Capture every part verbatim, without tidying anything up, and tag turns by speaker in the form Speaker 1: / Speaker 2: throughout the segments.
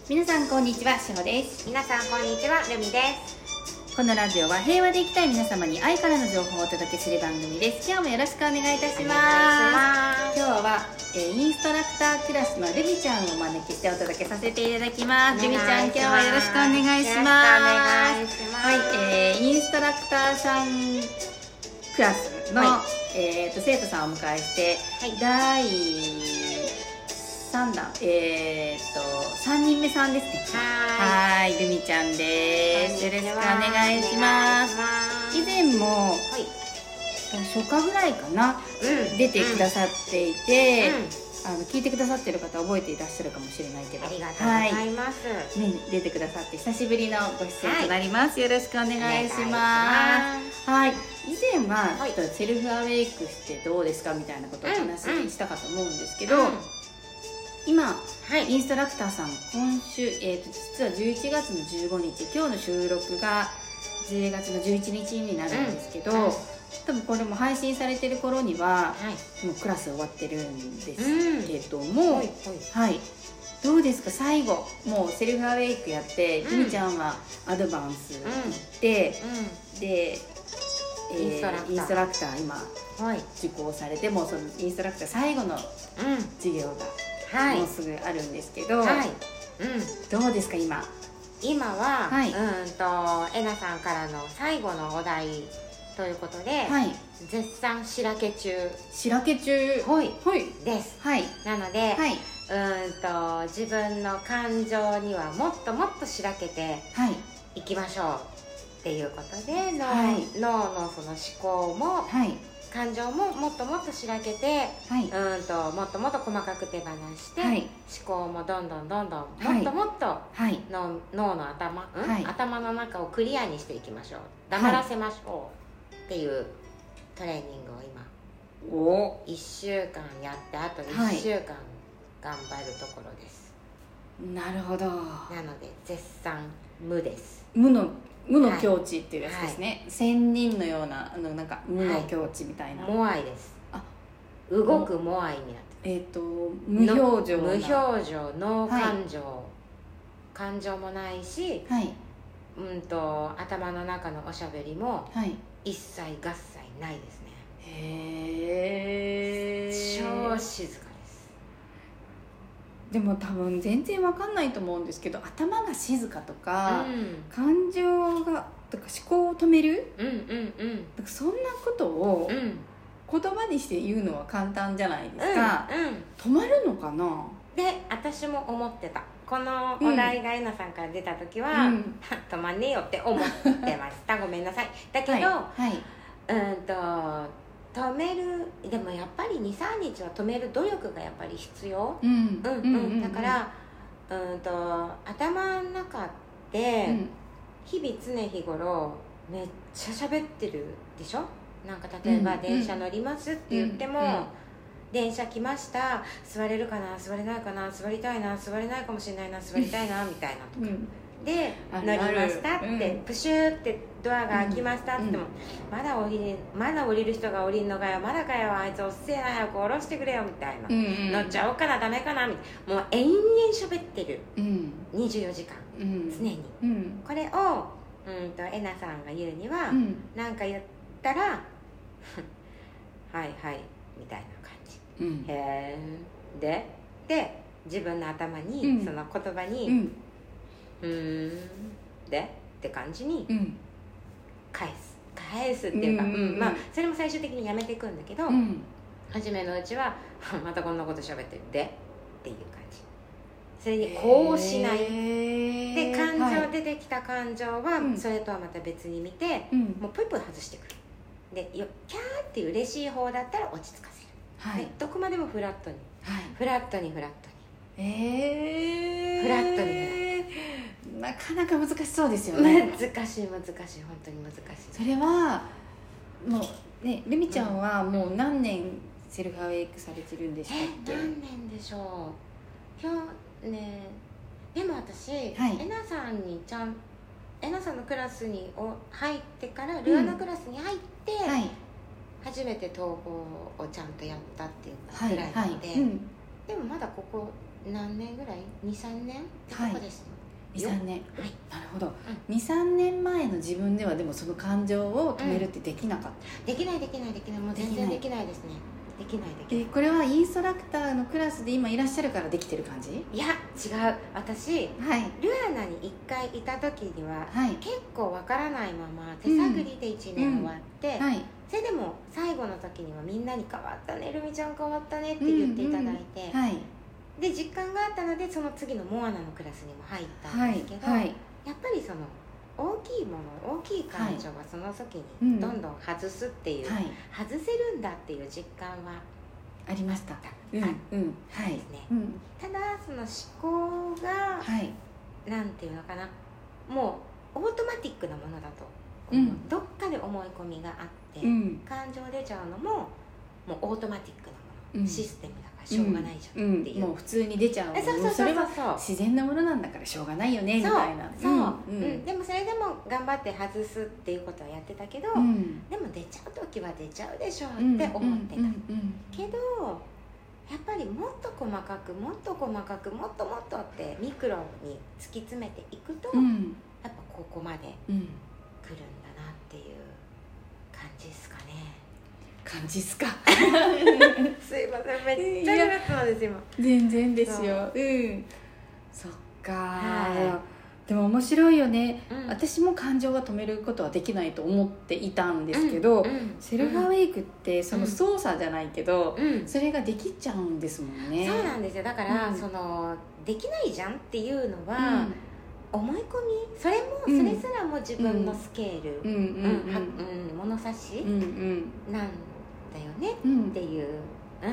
Speaker 1: 皆さんこんにちは、しほです。
Speaker 2: 皆さんこんにちは、ルミです。
Speaker 1: このラジオは平和で生きたい皆様に愛からの情報をお届けする番組です。今日もよろしくお願いいたします。
Speaker 2: お願いします。
Speaker 1: 今日は、えー、インストラクタークラスのルミちゃんをお招きしてお届けさせていただきます。ルミちゃん、今日はよろしくお願いします。
Speaker 2: よろしくお願いします。
Speaker 1: はい、えー、インストラクターさんクラスの、はい、えー、と生徒さんをお迎えして、はい、だいさんだん、えー、とさんにんめさんですね。はい、ルミちゃんです。よろしくお願いします。以前も、はい、初夏ぐらいかな、うん、出てくださっていて、うん、あの聞いてくださってる方覚えていらっしゃるかもしれないけど、
Speaker 2: ありがとうございます、
Speaker 1: はい、ね、出てくださって久しぶりのご出演となります、はい、よろしくお願いします。はい、以前は、はい、ちょっとセルフアウェイクしてどうですかみたいなことをお話ししたかと思うんですけど、うんうん、今、はい、インストラクターさん今週、えー、と実はじゅういちがつのじゅうごにち、今日の収録がじゅうがつのじゅういちにちになるんですけど、うん、多分これも配信されてる頃には、はい、もうクラス終わってるんですけども、うん、はい、はい、どうですか、最後もうセルフアウェイクやって、ルミちゃんはアドバンス行って、うん、で、えー、インストラクター、インストラクター今、はい、受講されて、もうそのインストラクター最後の授業が、はい、もうすぐあるんですけど、はい、うん、どうですか今。
Speaker 2: 今は、はい、うんとえなさんからの最後のお題ということで、はい、絶賛しらけ中
Speaker 1: しらけ中
Speaker 2: ほい、
Speaker 1: ほい
Speaker 2: です、
Speaker 1: はい、
Speaker 2: なので、はい、うんと自分の感情にはもっともっとしらけていきましょうっていうことで、脳、はい、脳のその思考も、はい、感情ももっともっとしらけて、はい、うんともっともっと細かく手放して、はい、思考もどんどんどんどん、はい、もっともっと、はい、の脳の頭、うん、はい、頭の中をクリアにしていきましょう、黙らせましょうっていうトレーニングを今、おいっしゅうかんやって、あといっしゅうかん頑張るところです、
Speaker 1: はい、なるほど。
Speaker 2: なので絶賛無です。
Speaker 1: 無の無の境地っていうやつですね、はい、仙人のような、あのなんか無の境地みたいな、
Speaker 2: はい、モアイです。あ、動くモアイになって
Speaker 1: えっ、ー、と無表情な、
Speaker 2: 無表情、ノー感情、はい、感情もないし、はい、うんと頭の中のおしゃべりも、はい、一切合切ないですね。
Speaker 1: へえ、
Speaker 2: 超静かです。
Speaker 1: でも多分全然わかんないと思うんですけど、頭が静かとか、うん、感情がとか思考を止める、うんうんうん、そんなことを言葉にして言うのは簡単じゃないですか、うんうん、止まるのかな。
Speaker 2: で、私も思ってた。このお題がえなさんから出た時は、うん、止まんねえよって思ってましたごめんなさい。だけど、はいはい、うんと止める、でもやっぱり にさんにちは止める努力がやっぱり必要、うんうんうん、だからうんと頭の中って日々常日頃めっちゃ喋ってるでしょ。なんか例えば電車乗りますって言っても、うんうん、電車来ました、座れるかな、座れないかな、座りたいな、座れないかもしれないな、座りたいなみたいなとか、うんで乗りましたって、うん、プシューってドアが開きましたって言っても、うん、まだ降りまだ降りる人が降りんのかよ、まだかよ、あいつおっせえな、早く降ろしてくれよみたいな、うんうん、乗っちゃおうかな、ダメかなみたいな、もう延々喋ってる、うん、にじゅうよじかん、うん、常に、うん、これをうんとえなさんが言うには、うん、なんか言ったらはいはいみたいな感じ、うん、へえでで自分の頭に、うん、その言葉に、うんうーんでって感じに返す返すっていうか、うんうんうん、まあそれも最終的にやめていくんだけど、うん、初めのうちはまたこんなこと喋ってるでっていう感じ。それにこうしないで、感情出てきた感情はそれとはまた別に見て、うん、もうポイポイ外してくる。でよキャーっていう嬉しい方だったら落ち着かせる、はい、どこまでもフラットに、はい、フラットにフラットに
Speaker 1: えー、
Speaker 2: フラットに
Speaker 1: なかなか難しそうですよね。
Speaker 2: 難しい難しい、本当に難しい。
Speaker 1: それはもうね、ルミちゃんはもう何年セルフアウェイクされてるんでしたっけ？
Speaker 2: え何年でしょう。今日ね、でも私、はい、えなさんにちゃんえなさんのクラスにお入ってからルアナクラスに入って、うんはい、初めて統合をちゃんとやったっていうくらいなので、はいはいうん、でもまだここ何年ぐらい にさんねんってとこです、
Speaker 1: はい、にさんねん、
Speaker 2: はい、
Speaker 1: なるほど、
Speaker 2: うん、
Speaker 1: にさんねんまえの自分ではでもその感情を止めるってできなかった、
Speaker 2: うん、できないできないできないもう全然できないですね。できないできない。
Speaker 1: でこれはインストラクターのクラスで今いらっしゃるからできてる感じ？
Speaker 2: いや違う。私、はい、ルアナにいっかいいた時には、はい、結構わからないまま手探りでいちねん終わって、うんうん、はい、それでも最後の時にはみんなに変わったねルミちゃん変わったねって言っていただいて、うんうん、はい、で実感があったのでその次のモアナのクラスにも入ったんですけど、はいはい、やっぱりその大きいもの大きい感情はその時にどんどん外すっていう、はい、外せるんだっていう実感は
Speaker 1: ありました。うん
Speaker 2: あ、
Speaker 1: うん、
Speaker 2: はいですね、うん、ただその思考が、はい、なんていうのかな、もうオートマティックなものだと、うん、どっかで思い込みがあって、うん、感情出ちゃうのももうオートマティックなもの、うん、システムだからしょうがないじゃんっていう、
Speaker 1: うんうん、もう普通に出ちゃうもの、そうそうそうそう、それは自然なものなんだからしょうがないよねみたいな、
Speaker 2: そう、うんうんうん、でもそれでも頑張って外すっていうことはやってたけど、うん、でも出ちゃう時は出ちゃうでしょって思ってた、うんうんうん、けどやっぱりもっと細かくもっと細かくもっともっとってミクロに突き詰めていくと、うん、やっぱここまで来るんだなっていう感じですかね。
Speaker 1: 感じっすか
Speaker 2: すいません、めっちゃフラットなんです今。
Speaker 1: 全然ですよ。うん、そっか、はい、でも面白いよね、うん、私も感情が止めることはできないと思っていたんですけど、うんうん、セルフアウェイクってその操作じゃないけど、うん、それができちゃうんですもんね。
Speaker 2: そうなんですよ。だから、うん、そのできないじゃんっていうのは、うん、思い込み、それも、それすらも自分のスケール、うんうんうんうん、物差し、うんうん、なんだよねっていう、うん、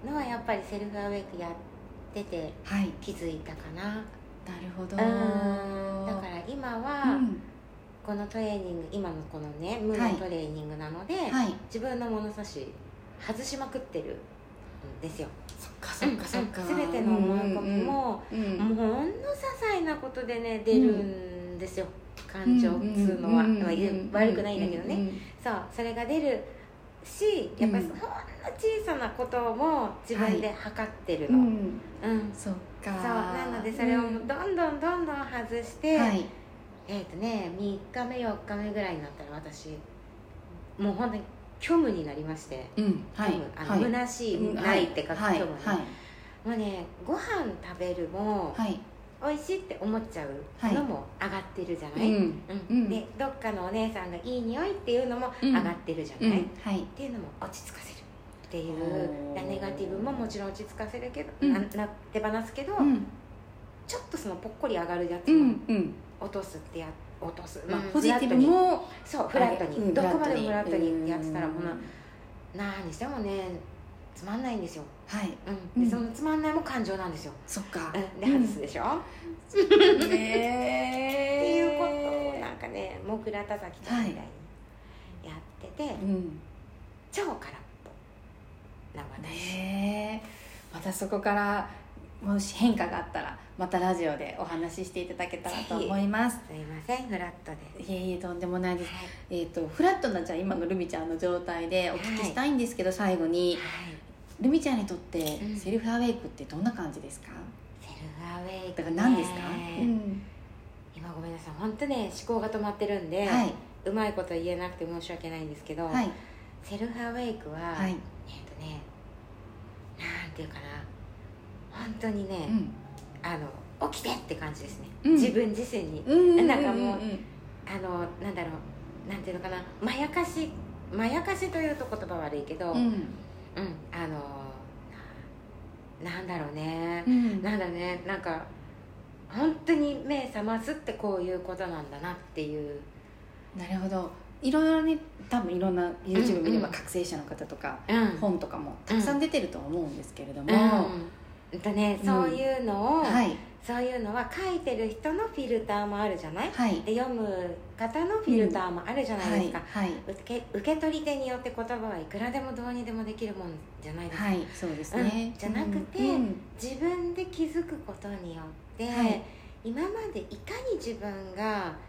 Speaker 2: のはやっぱりセルフアウェイクやってて気づいたかな。はい、なる
Speaker 1: ほど。
Speaker 2: うん、だから今は、うん、このトレーニング、今のこのね無のトレーニングなので、はい、自分の物差し外しまくってるんですよ。
Speaker 1: そっかそっかそっか、
Speaker 2: うん、全ての思い込みも、うんうん、もうほんの些細なことでね出るんですよ、感情っつうのは、うんうん、悪くないんだけどね、うんうん、そう、それが出るし、やっぱりほんの小さなことも自分で測ってるの、はい、うん、
Speaker 1: うん、そっか、
Speaker 2: そうなのでそれをどんどんどんどん外して、はい、えっとねみっかめよっかめぐらいになったら私もう本当に虚無になりまして、うん、はい、あの、はい、虚しい、ないって書く虚無ね、はいはい、もうねご飯食べるも、はい、美味しいって思っちゃうのも上がってるじゃない、はい、うんうん、でどっかのお姉さんがいい匂いっていうのも上がってるじゃない、うんうん、はい、っていうのも落ち着かせるっていうネガティブももちろん落ち着かせるけど、うん、なな手放すけど、うん、ちょっとそのぽっこり上がるやつも落とすってや落とす、まあ、
Speaker 1: ポジティブも
Speaker 2: そうフラットに、うん、どこまでもフラットにやってたらもうな何してもねつまんないんですよ。はい、うん、でそのつまんないも感情なんですよ。
Speaker 1: そっか、
Speaker 2: うん、で外すでしょ、うん、ねっていうことをなんかねモグラたたきとかみたいにやってて、はい、うん、超空っぽな私、
Speaker 1: ね、またそこからもし変化があったらまたラジオでお話ししていただけたらと思います。
Speaker 2: すいません、フラットで。
Speaker 1: いえいえ、とんでもないです。はい、えっとフラットなじゃあ今のルミちゃんの状態でお聞きしたいんですけど、はい、最後に、はい、ルミちゃんにとってセルフアウェイクってどんな感じですか？
Speaker 2: セルフアウェイク、ね、
Speaker 1: だから何ですか？うん、
Speaker 2: 今ごめんなさい、本当ね思考が止まってるんで、はい、うまいこと言えなくて申し訳ないんですけど、はい、セルフアウェイクは、はい、えっとね、なんていうかな、本当にね、うん、あの起きてって感じですね、うん、自分自身に、うん、なんかもう、うん、あのなんだろう、なんていうのかな、まやかしまやかしというと言葉悪いけど、うん、うん、あのなんだろうね、うん、なんだね、なんか本当に目覚ますってこういうことなんだなっていう。
Speaker 1: なるほど。いろいろね、多分いろんな YouTube 見れば覚醒者の方とか、うん、本とかもたくさん出てると思うんですけれども、うんうん、とね、そういうのを、うん、はい、そういうのは書いてる人のフィルターもあるじゃない、はい、で読む方のフィルターもあるじゃないですか、うん、はいはい、受け、受け取り手によって言葉はいくらでもどうにでもできるもんじゃないですか、はい、そうですね、うん、じゃなくて、うん、自分で気づくことによって、はい、今までいかに自分が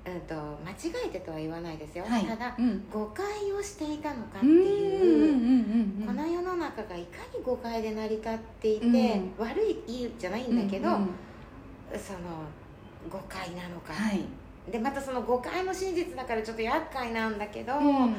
Speaker 2: うんと間違えてとは言わないですよ、
Speaker 1: はい、
Speaker 2: ただ、
Speaker 1: うん、
Speaker 2: 誤解をしていたのかっていう、
Speaker 1: うんうんうんうん、
Speaker 2: この世の中がいかに誤解で成り立っていて、うん、悪いいいじゃないんだけど、うんうん、その誤解なのか、はい、でまたその誤解も真実だからちょっと厄介なんだけど、うんうん、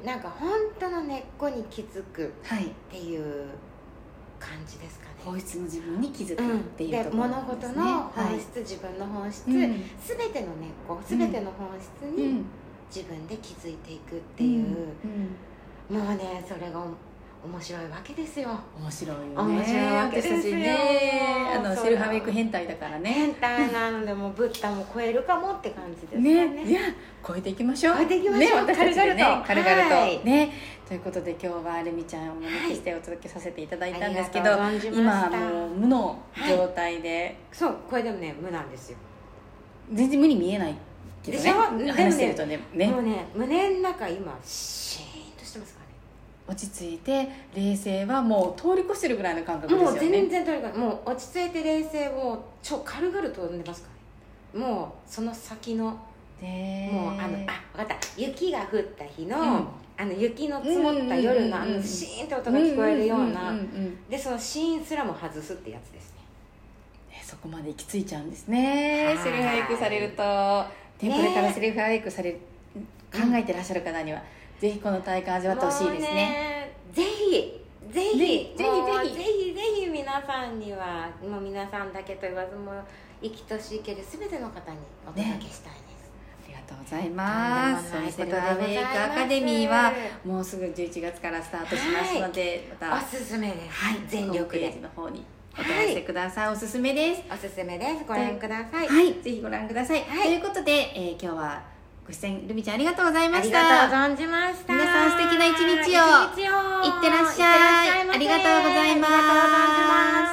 Speaker 2: なんか本当の根っこに気づくっていう感じですかね。
Speaker 1: 本質の自分に気づくっていうところなんですね。
Speaker 2: で物事の本質、はい、自分の本質、うん、全ての根っこ、全ての本質に自分で気づいていくっていう、うんうん、もうねそれが面白いわけですよ。
Speaker 1: 面白いよね。
Speaker 2: 面白いわけですよ。私たち
Speaker 1: ね、あのセルフアウェイク変態だからね。
Speaker 2: 変態なのでもうブッダも超えるかもって感じですかね。
Speaker 1: ね、いや超えていきましょう。
Speaker 2: 超えていきましょう。
Speaker 1: ね、私たちでね、軽々と、
Speaker 2: はい、
Speaker 1: ね。ということで今日はレミちゃんをお招きしてお届けさせていただいたんですけど、はい、今もう無の状態で、はい、
Speaker 2: そうこれでもね無なんですよ。
Speaker 1: 全然無に見えないけどね。話してるとね、
Speaker 2: ね、もうね胸の中今シーンとしてますからね。
Speaker 1: 落ち着いて冷静はもう通り越してるぐらいの感覚ですよね。
Speaker 2: もう全然通り越してもう落ち着いて冷静を超軽々飛んでますからね。もうその先のもうあのあ分かった雪が降った日の、うん、あの雪の積もった夜のあのシーンって音が聞こえるようなでそのシーンすらも外すってやつですね。
Speaker 1: えそこまで行き着いちゃうんですね。セルフアウェイクされるとで、ね、これからセルフアウェイクされる考えてらっしゃる方には、うんぜひこの体感味わってほしいですね。
Speaker 2: ねぜひぜひぜひぜひぜひぜひ皆さんにはもう皆さんだけと言わずも生きとし生ける全ての方にお届けしたいです、
Speaker 1: ね、ありがとうございます。セルフアウェイクアカデミーはもうすぐじゅういちがつからスタートしますので、
Speaker 2: はい、またおすすめです、はい、全力で
Speaker 1: ホームページの方にお問い合わせください、はい、おすすめです。
Speaker 2: おすすめです。ご覧ください。
Speaker 1: はい、ぜひご覧ください、はい、ということで、えー、今日はご出演ルミちゃんありがとうございました。
Speaker 2: ありがとうございました。
Speaker 1: 皆さん素敵な一日をいってらっしゃい。ありがとうございます。